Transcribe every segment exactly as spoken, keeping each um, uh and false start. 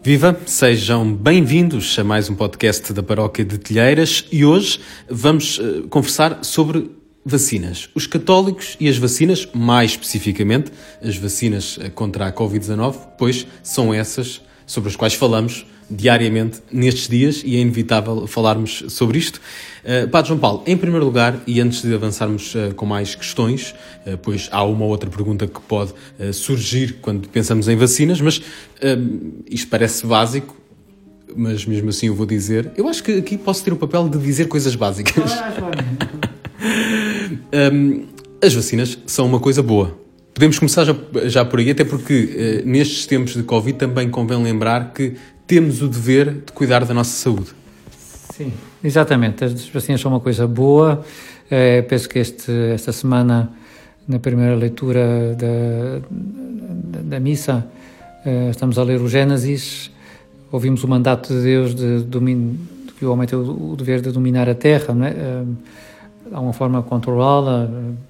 Viva! Sejam bem-vindos a mais um podcast da Paróquia de Telheiras e hoje vamos uh, conversar sobre vacinas. Os católicos e as vacinas, mais especificamente as vacinas contra a covid dezanove, pois são essas sobre as quais falamos diariamente nestes dias e é inevitável falarmos sobre isto. Uh, Padre João Paulo, em primeiro lugar, e antes de avançarmos uh, com mais questões, uh, pois há uma outra pergunta que pode uh, surgir quando pensamos em vacinas, mas uh, isto parece básico, mas mesmo assim eu vou dizer, eu acho que aqui posso ter o papel de dizer coisas básicas. um, as vacinas são uma coisa boa. Podemos começar já, já por aí, até porque uh, nestes tempos de Covid também convém lembrar que temos o dever de cuidar da nossa saúde. Sim, exatamente. As vacinas são uma coisa boa. É, penso que este, esta semana, na primeira leitura da, da, da missa, é, estamos a ler o Gênesis, ouvimos o mandato de Deus de, domin, de que o homem tem o, o dever de dominar a terra, não é? É, há uma forma de controlá-la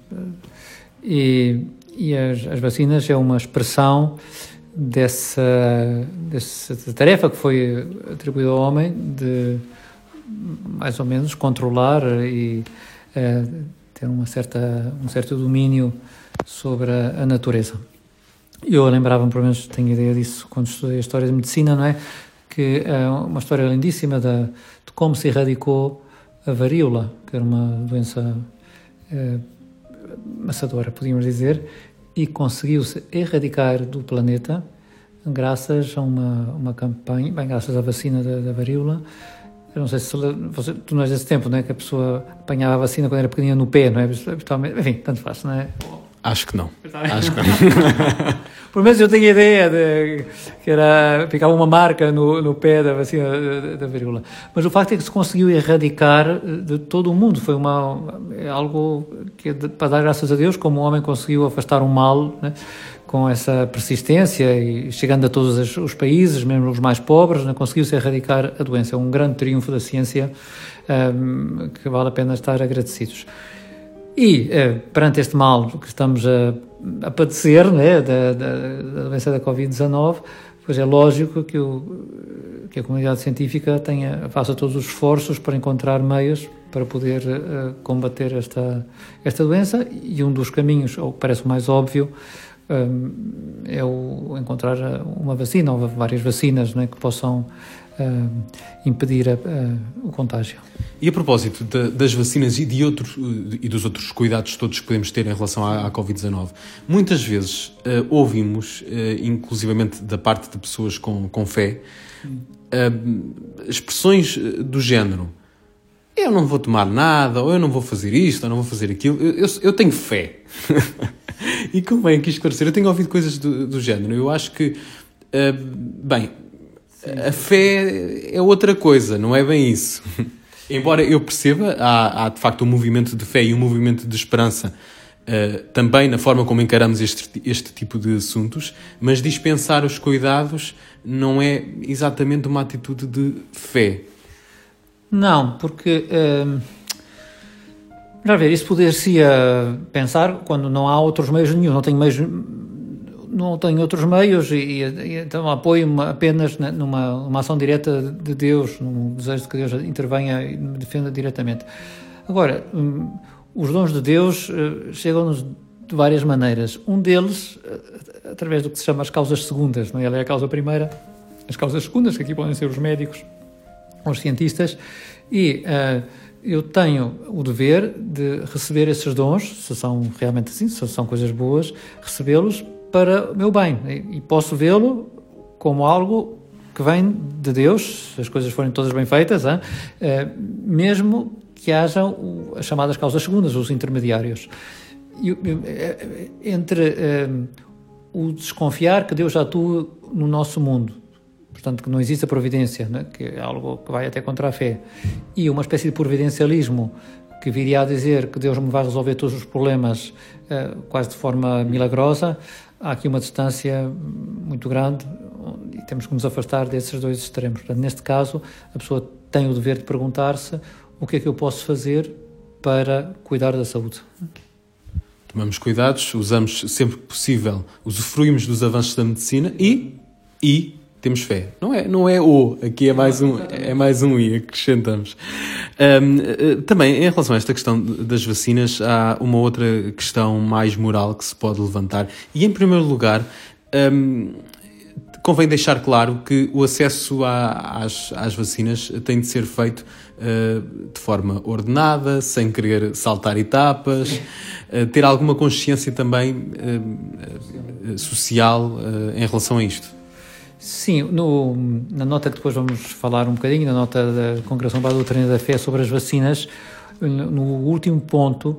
e, e as, as vacinas é uma expressão dessa, dessa tarefa que foi atribuída ao homem de mais ou menos controlar e uh, ter uma certa, um certo domínio sobre a, a natureza. Eu lembrava-me, pelo menos tenho ideia disso quando estudei a história de medicina, não é? Que é uma história lindíssima de, de como se erradicou a varíola, que era uma doença uh, maçadora, podíamos dizer, e conseguiu-se erradicar do planeta graças a uma, uma campanha, bem, graças à vacina da, da varíola. Eu não sei se você, tu não és desse tempo, não é? Que a pessoa apanhava a vacina quando era pequenina no pé, não é? Enfim, tanto faz, não é? Acho que não. Acho que não. Por menos eu tenho a ideia de que era, ficava uma marca no, no pé da vacina da, da varíola. Mas o facto é que se conseguiu erradicar de todo o mundo. Foi uma, é algo que é de, para dar graças a Deus, como o homem conseguiu afastar um mal, né? Com essa persistência e chegando a todos os países, mesmo os mais pobres, né? Conseguiu-se erradicar a doença. É um grande triunfo da ciência um, que vale a pena estar agradecidos. E, eh, perante este mal que estamos a, a padecer, né, da, da, da doença da covid dezanove, pois é lógico que, o, que a comunidade científica tenha, faça todos os esforços para encontrar meios para poder uh, combater esta, esta doença, e um dos caminhos, ou parece o mais óbvio, um, é o encontrar uma vacina, ou várias vacinas, né, que possam Uh, impedir a, uh, o contágio. E a propósito de, das vacinas e, de outros, e dos outros cuidados todos que podemos ter em relação à, à covid dezanove, muitas vezes uh, ouvimos, uh, inclusivamente da parte de pessoas com, com fé, uh, expressões do género: eu não vou tomar nada, ou eu não vou fazer isto, ou não vou fazer aquilo, eu, eu, eu tenho fé. E convém aqui esclarecer, eu tenho ouvido coisas do, do género. Eu acho que, uh, bem, a fé é outra coisa, não é bem isso. Embora eu perceba, há, há de facto um movimento de fé e um movimento de esperança uh, também na forma como encaramos este, este tipo de assuntos, mas dispensar os cuidados não é exatamente uma atitude de fé. Não, porque... Uh, já ver, isso poder-se-ia pensar quando não há outros meios nenhum, não tenho meios... não tenho outros meios e, e então apoio-me apenas numa uma ação direta de Deus, num desejo de que Deus intervenha e me defenda diretamente. Agora, um, os dons de Deus uh, chegam-nos de várias maneiras. Um deles, uh, através do que se chama as causas segundas, não é? Ela é a causa primeira, as causas segundas, que aqui podem ser os médicos, os cientistas, e uh, eu tenho o dever de receber esses dons, se são realmente assim, se são coisas boas, recebê-los para o meu bem, e posso vê-lo como algo que vem de Deus, se as coisas forem todas bem feitas, hein? Mesmo que hajam as chamadas causas segundas, os intermediários. E, entre um, o desconfiar que Deus já atua no nosso mundo, portanto que não existe a providência, né? Que é algo que vai até contra a fé, e uma espécie de providencialismo que viria a dizer que Deus me vai resolver todos os problemas uh, quase de forma milagrosa, há aqui uma distância muito grande e temos que nos afastar desses dois extremos. Portanto, neste caso, a pessoa tem o dever de perguntar-se o que é que eu posso fazer para cuidar da saúde. Tomamos cuidados, usamos sempre que possível, usufruímos dos avanços da medicina e, e temos fé. Não é, não é o, aqui é mais um, é mais um i, acrescentamos. Um, também, em relação a esta questão das vacinas, há uma outra questão mais moral que se pode levantar. E, em primeiro lugar, um, convém deixar claro que o acesso a, às, às vacinas tem de ser feito uh, de forma ordenada, sem querer saltar etapas, uh, ter alguma consciência também uh, uh, social uh, em relação a isto. Sim, no, na nota que depois vamos falar um bocadinho, na nota da Congregação para a Doutrina da Fé sobre as vacinas, no último ponto,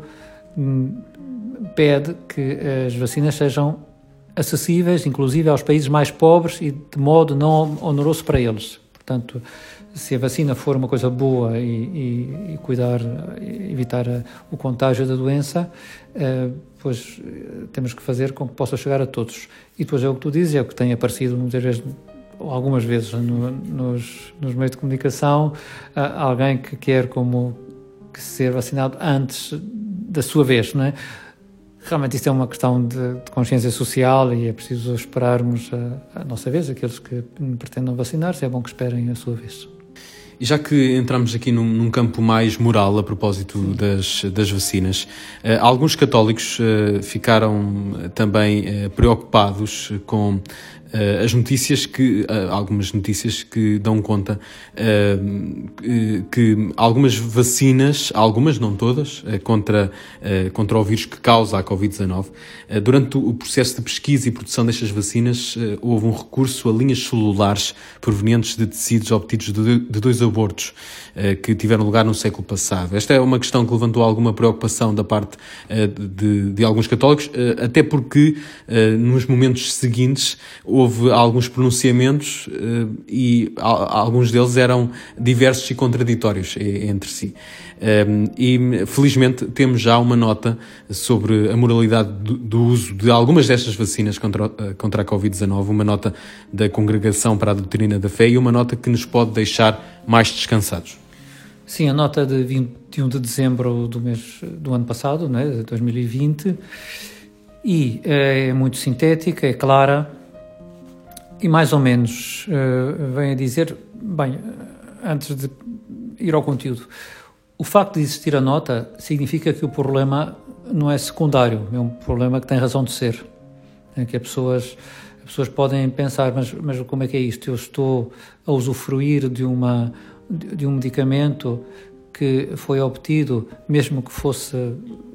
pede que as vacinas sejam acessíveis, inclusive aos países mais pobres e de modo não oneroso para eles. Portanto, se a vacina for uma coisa boa e, e, e cuidar, evitar a, o contágio da doença, uh, pois temos que fazer com que possa chegar a todos. E depois é o que tu dizes, é o que tem aparecido muitas vezes, ou algumas vezes no, nos, nos meios de comunicação, uh, alguém que quer como que ser vacinado antes da sua vez, não é? Realmente isto é uma questão de, de consciência social e é preciso esperarmos a, a nossa vez, aqueles que pretendam vacinar-se, é bom que esperem a sua vez. E já que entramos aqui num, num campo mais moral a propósito das, das vacinas, eh, alguns católicos eh, ficaram também eh, preocupados com eh, as notícias que, eh, algumas notícias que dão conta eh, que algumas vacinas, algumas, não todas, eh, contra, eh, contra o vírus que causa a covid dezanove, eh, durante o processo de pesquisa e produção destas vacinas eh, houve um recurso a linhas celulares provenientes de tecidos obtidos de, de dois abortos uh, que tiveram lugar no século passado. Esta é uma questão que levantou alguma preocupação da parte uh, de, de alguns católicos, uh, até porque uh, nos momentos seguintes houve alguns pronunciamentos uh, e a, alguns deles eram diversos e contraditórios e, entre si. Um, e felizmente temos já uma nota sobre a moralidade do, do uso de algumas destas vacinas contra, contra a covid dezanove, uma nota da Congregação para a Doutrina da Fé e uma nota que nos pode deixar mais descansados. Sim, a nota de vinte e um de dezembro do mês do ano passado, né, de dois mil e vinte, e é muito sintética, é clara e mais ou menos uh, vem a dizer, bem, antes de ir ao conteúdo, o facto de existir a nota significa que o problema não é secundário, é um problema que tem razão de ser. É que as pessoas, as pessoas podem pensar, mas, mas como é que é isto? Eu estou a usufruir de, uma, de um medicamento que foi obtido, mesmo que fosse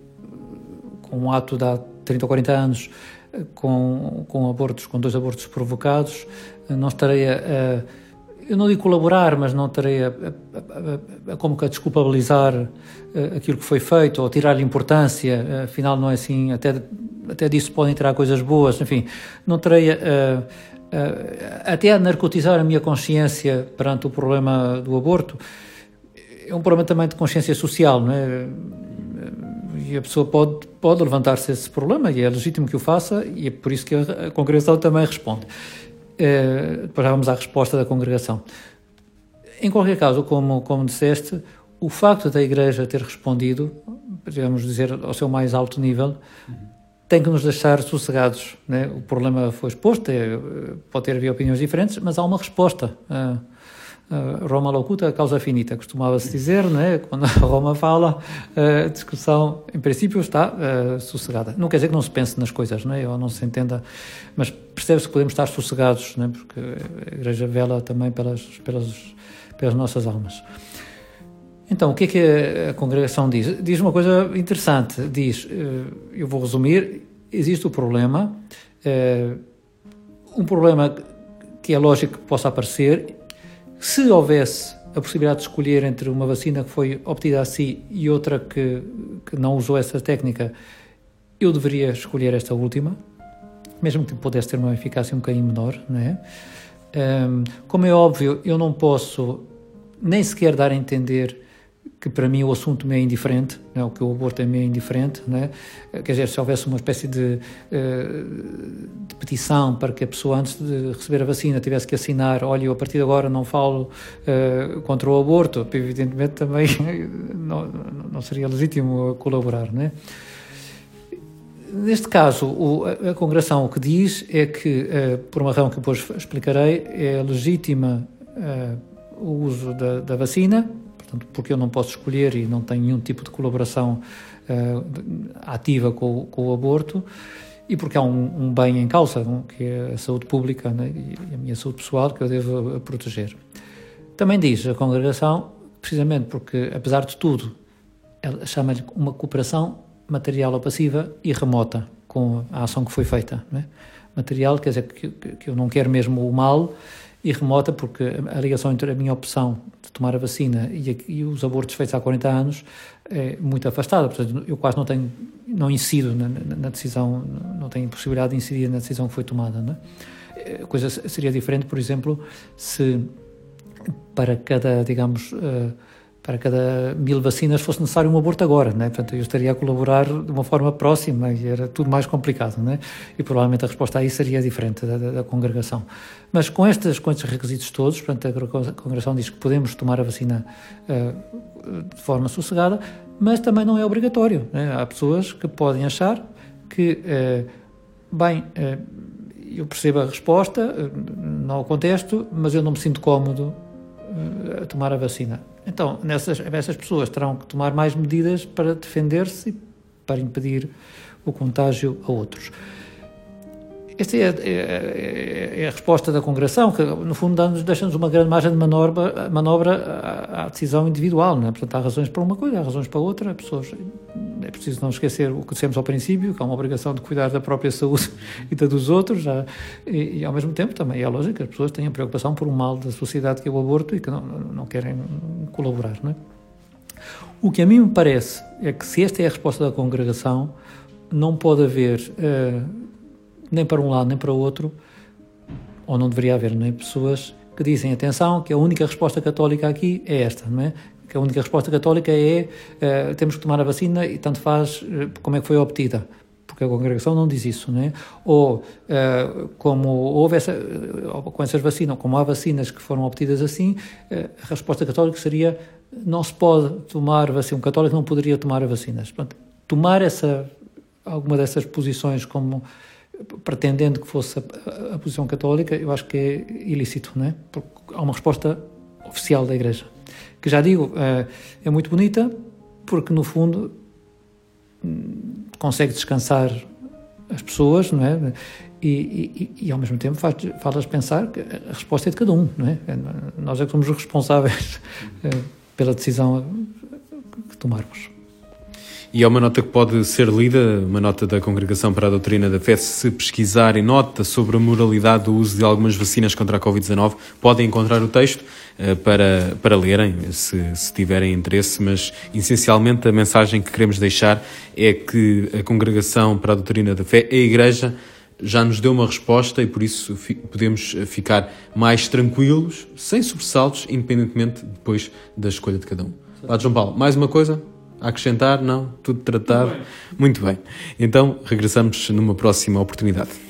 com um ato de há trinta ou quarenta anos, com, com abortos, com dois abortos provocados, não estarei a... a eu não digo colaborar, mas não terei a, a, a, a, como que a desculpabilizar uh, aquilo que foi feito ou tirar-lhe importância, uh, afinal não é assim, até, até disso podem tirar coisas boas, enfim, não terei uh, uh, até a narcotizar a minha consciência perante o problema do aborto. É um problema também de consciência social, não é? E a pessoa pode, pode levantar-se esse problema e é legítimo que o faça e é por isso que a, a Congregação também responde. Uh, depois já vamos à resposta da congregação. Em qualquer caso, como, como disseste, o facto da Igreja ter respondido, podemos dizer, ao seu mais alto nível, uhum. tem que nos deixar sossegados, né? O problema foi exposto, é, pode ter havido opiniões diferentes, mas há uma resposta. Uh, uh, Roma locuta, causa finita, costumava-se dizer, né? Quando Roma fala, a uh, discussão, em princípio, está uh, sossegada. Não quer dizer que não se pense nas coisas, né? Ou não se entenda, mas percebe-se que podemos estar sossegados, né? Porque a Igreja vela também pelas, pelas, pelas nossas almas. Então, o que é que a congregação diz? Diz uma coisa interessante, diz, eu vou resumir, existe o problema, um problema que é lógico que possa aparecer, se houvesse a possibilidade de escolher entre uma vacina que foi obtida assim e outra que, que não usou essa técnica, eu deveria escolher esta última, mesmo que pudesse ter uma eficácia um bocadinho menor, não é? Um, como é óbvio, eu não posso nem sequer dar a entender que para mim o assunto me é indiferente, não é? O que o aborto é me é indiferente, não é? Quer dizer, se houvesse uma espécie de, de petição para que a pessoa antes de receber a vacina tivesse que assinar, olha, eu a partir de agora não falo uh, contra o aborto, evidentemente também não, não seria legítimo colaborar, não é? Neste caso, o, a Congregação o que diz é que, uh, por uma razão que depois explicarei, é legítima uh, o uso da, da vacina, portanto, porque eu não posso escolher e não tenho nenhum tipo de colaboração uh, ativa com, com o aborto, e porque há um, um bem em causa, que é a saúde pública, né, e a minha saúde pessoal, que eu devo proteger. Também diz a Congregação, precisamente porque, apesar de tudo, ela chama-lhe uma cooperação material ou passiva e remota com a ação que foi feita. Né? Material quer dizer que, que eu não quero mesmo o mal, e remota porque a ligação entre a minha opção de tomar a vacina e, a, e os abortos feitos há quarenta anos é muito afastada. Portanto, eu quase não tenho, não incido na, na, na decisão, não tenho possibilidade de incidir na decisão que foi tomada. Né? A coisa seria diferente, por exemplo, se para cada, digamos, uh, para cada mil vacinas fosse necessário um aborto agora, né? Portanto, eu estaria a colaborar de uma forma próxima e era tudo mais complicado, né? E provavelmente a resposta aí seria diferente da, da, da Congregação. Mas com estes, com estes requisitos todos, portanto, a Congregação diz que podemos tomar a vacina uh, de forma sossegada, mas também não é obrigatório, né? Há pessoas que podem achar que, uh, bem, uh, eu percebo a resposta, uh, não o contesto, mas eu não me sinto cómodo a tomar a vacina. Então, nessas, essas pessoas terão que tomar mais medidas para defender-se e para impedir o contágio a outros. Esta é, é, é a resposta da Congregação, que no fundo deixa-nos uma grande margem de manobra, manobra à, à decisão individual, não é? Portanto, há razões para uma coisa, há razões para outra. Pessoas, é preciso não esquecer o que dissemos ao princípio, que há uma obrigação de cuidar da própria saúde e da dos outros, já, e, e ao mesmo tempo também é lógico que as pessoas tenham preocupação por um mal da sociedade que é o aborto e que não, não querem colaborar, não é? O que a mim me parece é que, se esta é a resposta da Congregação, não pode haver uh, nem para um lado nem para o outro, ou não deveria haver, nem pessoas que dizem, atenção, que a única resposta católica aqui é esta, não é? Que a única resposta católica é uh, temos que tomar a vacina e tanto faz uh, como é que foi obtida, porque a Congregação não diz isso, não é? Ou uh, como houve essa, uh, com essas vacinas, como há vacinas que foram obtidas assim, uh, a resposta católica seria não se pode tomar vacina, um católico não poderia tomar vacinas. Portanto, tomar essa, alguma dessas posições como pretendendo que fosse a, a posição católica, eu acho que é ilícito, não é? Porque há uma resposta oficial da Igreja, que já digo, é, é muito bonita, porque no fundo consegue descansar as pessoas, não é? E, e, e ao mesmo tempo faz, faz-las pensar que a resposta é de cada um, não é? Nós é que somos os responsáveis é, pela decisão que tomarmos. E há uma nota que pode ser lida, uma nota da Congregação para a Doutrina da Fé, se pesquisarem nota sobre a moralidade do uso de algumas vacinas contra a covid dezanove, podem encontrar o texto uh, para, para lerem, se, se tiverem interesse, mas essencialmente a mensagem que queremos deixar é que a Congregação para a Doutrina da Fé, a Igreja, já nos deu uma resposta e por isso fi, podemos ficar mais tranquilos, sem sobressaltos, independentemente depois da escolha de cada um. Padre João Paulo, mais uma coisa a acrescentar? Não? Tudo tratado? Muito bem. Muito bem. Então, regressamos numa próxima oportunidade.